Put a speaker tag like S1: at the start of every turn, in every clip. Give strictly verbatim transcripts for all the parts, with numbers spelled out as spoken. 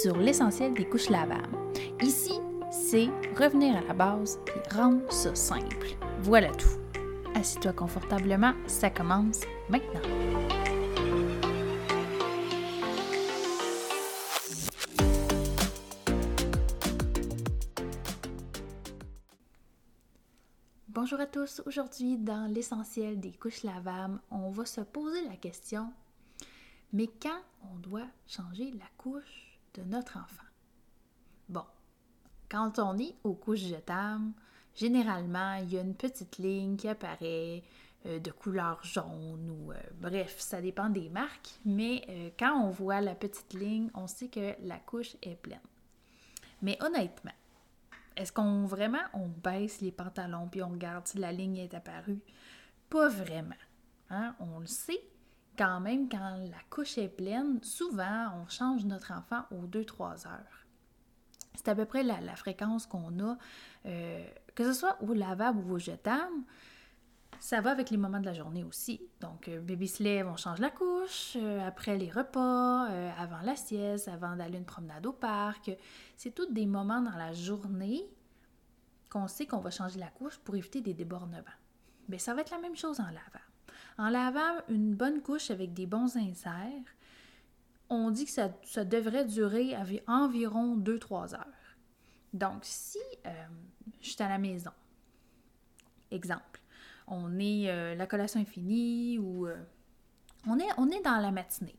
S1: sur l'essentiel des couches lavables. Ici, c'est revenir à la base et rendre ça simple. Voilà tout. Assieds-toi confortablement, ça commence maintenant. Bonjour à tous. Aujourd'hui, dans l'essentiel des couches lavables, on va se poser la question, mais quand on doit changer la couche de notre enfant? Bon, quand on est aux couches jetables, généralement, il y a une petite ligne qui apparaît euh, de couleur jaune ou euh, bref, ça dépend des marques, mais euh, quand on voit la petite ligne, on sait que la couche est pleine. Mais honnêtement, est-ce qu'on vraiment, on baisse les pantalons puis on regarde si la ligne est apparue? Pas vraiment. Hein? On le sait quand même, quand la couche est pleine, souvent, on change notre enfant aux deux trois heures. C'est à peu près la, la fréquence qu'on a, euh, que ce soit au lavable ou au jetable. Ça va avec les moments de la journée aussi. Donc, euh, bébé se lève, on change la couche, euh, après les repas, euh, avant la sieste, avant d'aller une promenade au parc. C'est tous des moments dans la journée qu'on sait qu'on va changer la couche pour éviter des débordements. Bien, ça va être la même chose en lavable. En lavable, une bonne couche avec des bons inserts, on dit que ça, ça devrait durer environ deux trois heures. Donc, si euh, je suis à la maison, exemple, on est, euh, la collation est finie ou euh, on, est, on est dans la matinée.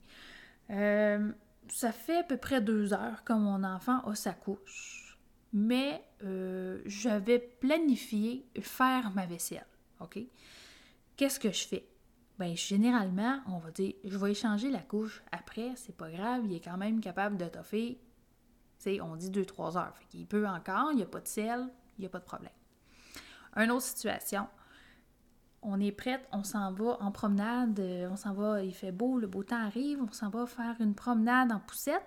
S1: Euh, ça fait à peu près deux heures que mon enfant a sa couche, mais euh, j'avais planifié faire ma vaisselle, OK? Qu'est-ce que je fais? Bien, généralement, on va dire, je vais échanger la couche après, c'est pas grave, il est quand même capable de toffer, tu sais, on dit deux trois heures, fait qu'il peut encore, il n'y a pas de sel, il n'y a pas de problème. Une autre situation, on est prête, on s'en va en promenade, on s'en va, il fait beau, le beau temps arrive, on s'en va faire une promenade en poussette.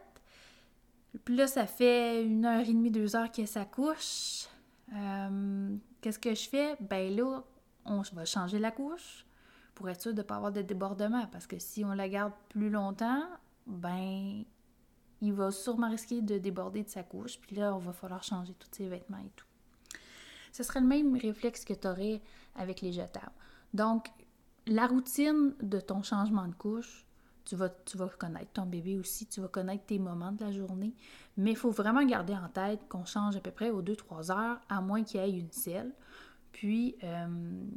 S1: Puis là, ça fait une heure et demie, deux heures qu'il y a sa couche. Euh, qu'est-ce que je fais? Ben là, on va changer la couche pour être sûr de ne pas avoir de débordement. Parce que si on la garde plus longtemps, ben il va sûrement risquer de déborder de sa couche. Puis là, il va falloir changer tous ses vêtements et tout. Ce serait le même réflexe que tu aurais avec les jetables. Donc, la routine de ton changement de couche, tu vas, tu vas connaître ton bébé aussi, tu vas connaître tes moments de la journée, mais il faut vraiment garder en tête qu'on change à peu près aux deux trois heures, à moins qu'il y ait une selle. Puis, euh,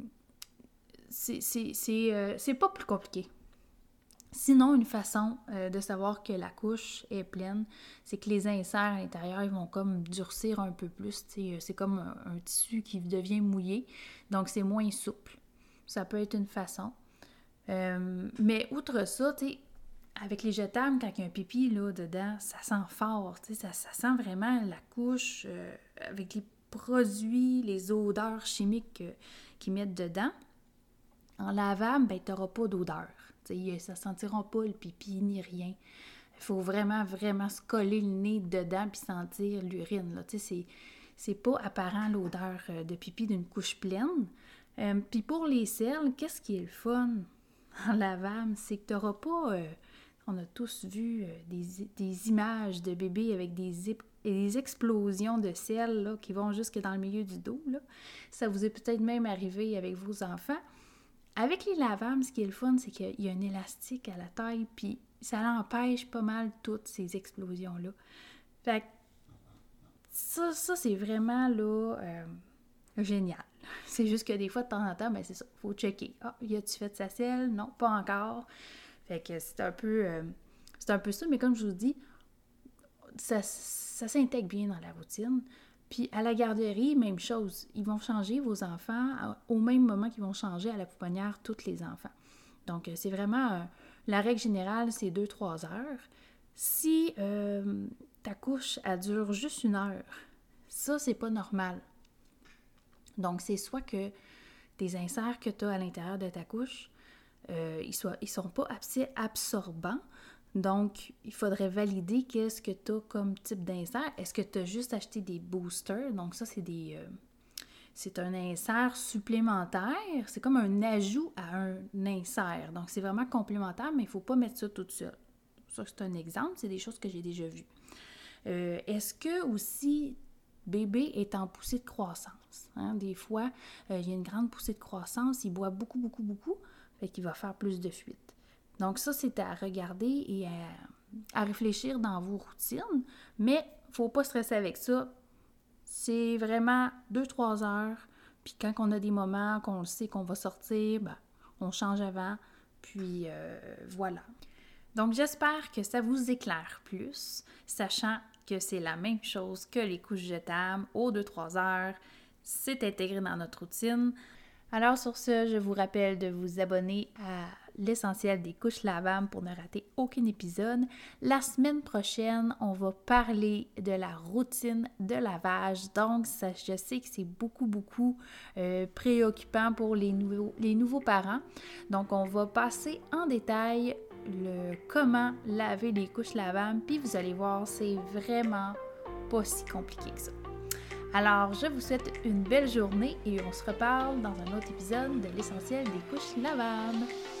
S1: c'est, c'est, c'est, euh, c'est pas plus compliqué. Sinon, une façon euh, de savoir que la couche est pleine, c'est que les inserts à l'intérieur, ils vont comme durcir un peu plus. T'sais, c'est comme un, un tissu qui devient mouillé, donc c'est moins souple. Ça peut être une façon. Euh, mais outre ça, tu sais, avec les jetables, quand il y a un pipi là, dedans, ça sent fort. Ça, ça sent vraiment la couche euh, avec les produits, les odeurs chimiques euh, qu'ils mettent dedans. En lavable, ben, tu n'auras pas d'odeur. T'sais, ça ne sentira pas le pipi ni rien. Il faut vraiment, vraiment se coller le nez dedans puis sentir l'urine. Là. C'est, c'est pas apparent l'odeur de pipi d'une couche pleine. Euh, puis pour les selles, qu'est-ce qui est le fun en lavable? C'est que tu n'auras pas... Euh, on a tous vu euh, des, des images de bébés avec des, des explosions de selles là, qui vont jusque dans le milieu du dos. Là. Ça vous est peut-être même arrivé avec vos enfants. Avec les lavables, ce qui est le fun, c'est qu'il y a un élastique à la taille, puis ça empêche pas mal toutes ces explosions-là. Fait que ça, ça c'est vraiment là euh, génial. C'est juste que des fois, de temps en temps, ben c'est ça, il faut checker. Ah, y a-tu fait sa selle? Non, pas encore. Fait que c'est un peu, euh, c'est un peu ça, mais comme je vous dis, ça, ça s'intègre bien dans la routine. Puis à la garderie, même chose. Ils vont changer vos enfants au même moment qu'ils vont changer à la pouponnière tous les enfants. Donc, c'est vraiment... Euh, la règle générale, c'est deux trois heures. Si euh, ta couche, elle dure juste une heure, ça, c'est pas normal. Donc, c'est soit que tes inserts que tu as à l'intérieur de ta couche, euh, ils ne ils sont pas assez absorbants. Donc, il faudrait valider qu'est-ce que tu as comme type d'insert. Est-ce que tu as juste acheté des boosters? Donc ça, c'est des euh, c'est un insert supplémentaire. C'est comme un ajout à un insert. Donc, c'est vraiment complémentaire, mais il ne faut pas mettre ça tout seul. Ça, c'est un exemple. C'est des choses que j'ai déjà vues. Euh, est-ce que aussi bébé est en poussée de croissance? Hein? Des fois, euh, il y a une grande poussée de croissance, il boit beaucoup, beaucoup, beaucoup, fait qu'il va faire plus de fuite. Donc ça, c'est à regarder et à, à réfléchir dans vos routines, mais il ne faut pas stresser avec ça. C'est vraiment deux trois heures, puis quand on a des moments qu'on le sait qu'on va sortir, ben, on change avant, puis euh, voilà. Donc j'espère que ça vous éclaire plus, sachant que c'est la même chose que les couches jetables aux deux trois heures, c'est intégré dans notre routine. Alors sur ce, je vous rappelle de vous abonner à l'essentiel des couches lavables pour ne rater aucun épisode. La semaine prochaine, on va parler de la routine de lavage. Donc, ça, je sais que c'est beaucoup, beaucoup euh, préoccupant pour les nouveaux, les nouveaux parents. Donc, on va passer en détail le comment laver les couches lavables. Puis vous allez voir, c'est vraiment pas si compliqué que ça. Alors, je vous souhaite une belle journée et on se reparle dans un autre épisode de l'essentiel des couches lavables.